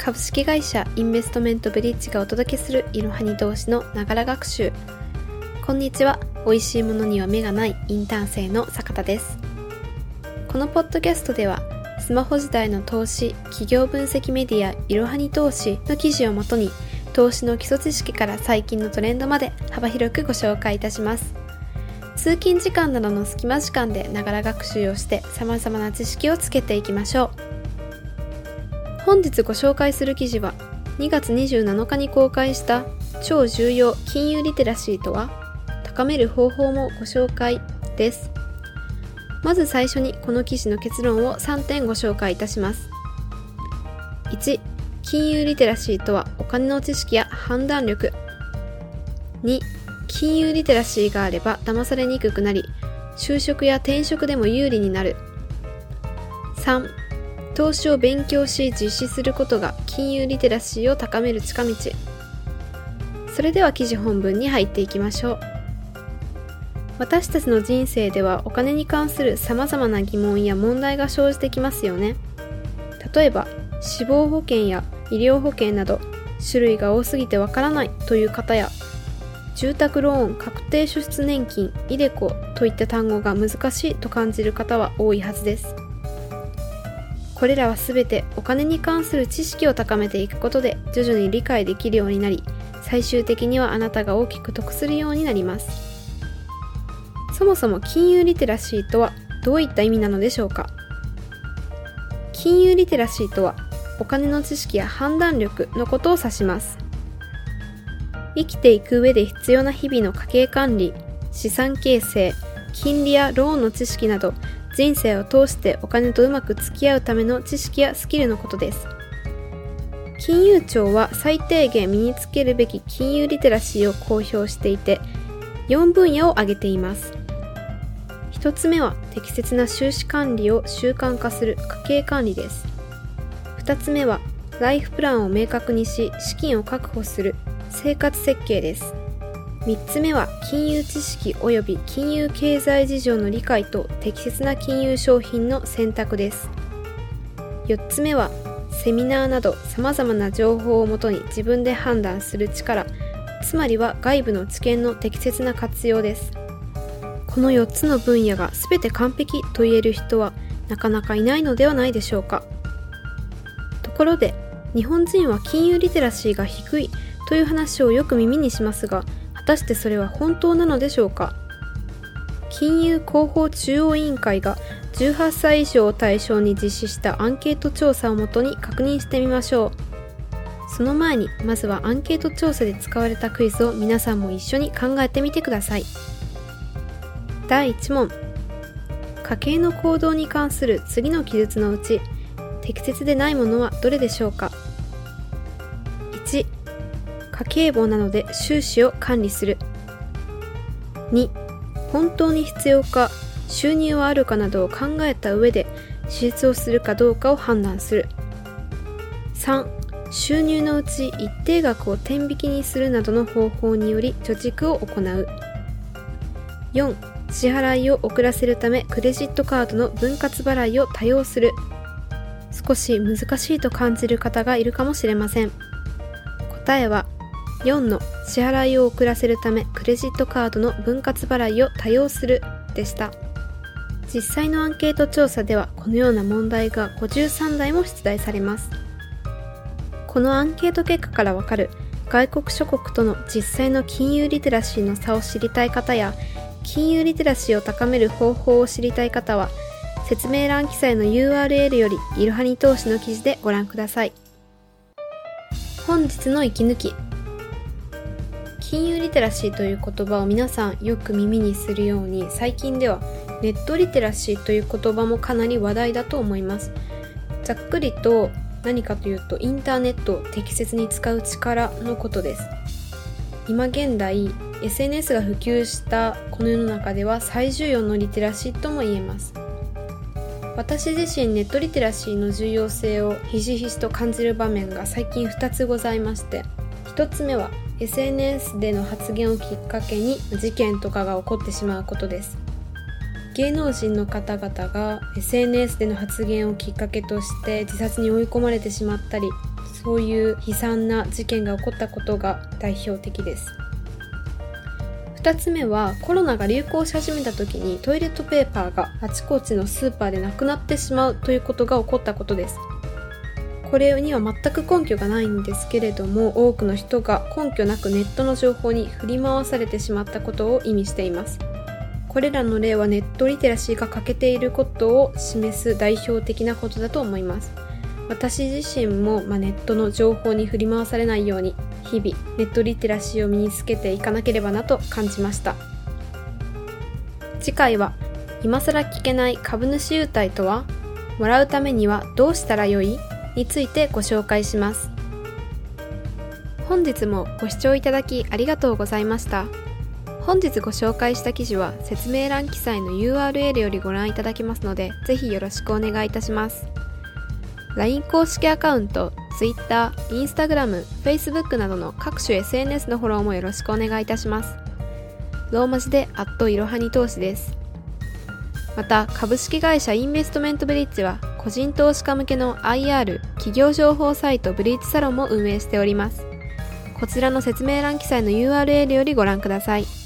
株式会社インベストメントブリッジがお届けするいろはに同士のながら学習。こんにちは。美味しいものには目がないインターン生の坂田です。このポッドキャストではスマホ時代の投資、企業分析メディアいろはに投資の記事をもとに投資の基礎知識から最近のトレンドまで幅広くご紹介いたします。通勤時間などの隙間時間でながら学習をして様々な知識をつけていきましょう。本日ご紹介する記事は2月27日に公開した超重要金融リテラシーとは、高める方法もご紹介です。まず最初にこの記事の結論を3点ご紹介いたします。1、金融リテラシーとはお金の知識や判断力。2、金融リテラシーがあれば騙されにくくなり、就職や転職でも有利になる。3、投資を勉強し実施することが金融リテラシーを高める近道。それでは記事本文に入っていきましょう。私たちの人生ではお金に関する様々な疑問や問題が生じてきますよね。例えば死亡保険や医療保険など種類が多すぎてわからないという方や、住宅ローン、確定拠出年金、イデコといった単語が難しいと感じる方は多いはずです。これらはすべてお金に関する知識を高めていくことで徐々に理解できるようになり、最終的にはあなたが大きく得するようになります。そもそも金融リテラシーとはどういった意味なのでしょうか。金融リテラシーとはお金の知識や判断力のことを指します。生きていく上で必要な日々の家計管理、資産形成、金利やローンの知識など、人生を通してお金とうまく付き合うための知識やスキルのことです。金融庁は最低限身につけるべき金融リテラシーを公表していて、4分野を挙げています。1つ目は適切な収支管理を習慣化する家計管理です。2つ目はライフプランを明確にし資金を確保する生活設計です。3つ目は金融知識及び金融経済事情の理解と適切な金融商品の選択です。4つ目はセミナーなど様々な情報をもとに自分で判断する力、つまりは外部の知見の適切な活用です。この4つの分野が全て完璧と言える人はなかなかいないのではないでしょうか。ところで、日本人は金融リテラシーが低いという話をよく耳にしますが、果たしてそれは本当なのでしょうか。金融広報中央委員会が18歳以上を対象に実施したアンケート調査をもとに確認してみましょう。その前にまずはアンケート調査で使われたクイズを皆さんも一緒に考えてみてください。第1問、家計の行動に関する次の記述のうち適切でないものはどれでしょうか。1、家計簿なので収支を管理する。2、本当に必要か収入はあるかなどを考えた上で支出をするかどうかを判断する。3、収入のうち一定額を天引きにするなどの方法により貯蓄を行う。4、支払いを遅らせるためクレジットカードの分割払いを多用する。少し難しいと感じる方がいるかもしれません。答えは4の支払いを遅らせるためクレジットカードの分割払いを多用するでした。実際のアンケート調査ではこのような問題が53題も出題されます。このアンケート結果からわかる外国諸国との実際の金融リテラシーの差を知りたい方や、金融リテラシーを高める方法を知りたい方は、説明欄記載の URL よりいろはに投資の記事でご覧ください。本日の息抜き。金融リテラシーという言葉を皆さんよく耳にするように、最近ではネットリテラシーという言葉もかなり話題だと思います。ざっくりと何かというと、インターネットを適切に使う力のことです。今現代 SNS が普及したこの世の中では最重要のリテラシーとも言えます。私自身ネットリテラシーの重要性をひしひしと感じる場面が最近2つございまして、1つ目は SNS での発言をきっかけに事件とかが起こってしまうことです。芸能人の方々が SNS での発言をきっかけとして自殺に追い込まれてしまったり、 そういう悲惨な事件が起こったことが代表的です。2つ目は、コロナが流行し始めた時にトイレットペーパーがあちこちのスーパーでなくなってしまうということが起こったことです。これには全く根拠がないんですけれども、多くの人が根拠なくネットの情報に振り回されてしまったことを意味しています。これらの例はネットリテラシーが欠けていることを示す代表的なことだと思います。私自身も、ネットの情報に振り回されないように日々ネットリテラシーを身につけていかなければなと感じました。次回は、今更聞けない株主優待とは、もらうためにはどうしたらよい？についてご紹介します。本日もご視聴いただきありがとうございました。本日ご紹介した記事は説明欄記載の URL よりご覧いただけますので、ぜひよろしくお願いいたします。LINE 公式アカウント、Twitter、Instagram、Facebook などの各種 SNS のフォローもよろしくお願いいたします。ローマ字でいろはに投資です。また、株式会社インベストメントブリッジは個人投資家向けの IR 企業情報サイトブリッジサロンも運営しております。こちらの説明欄記載の URL よりご覧ください。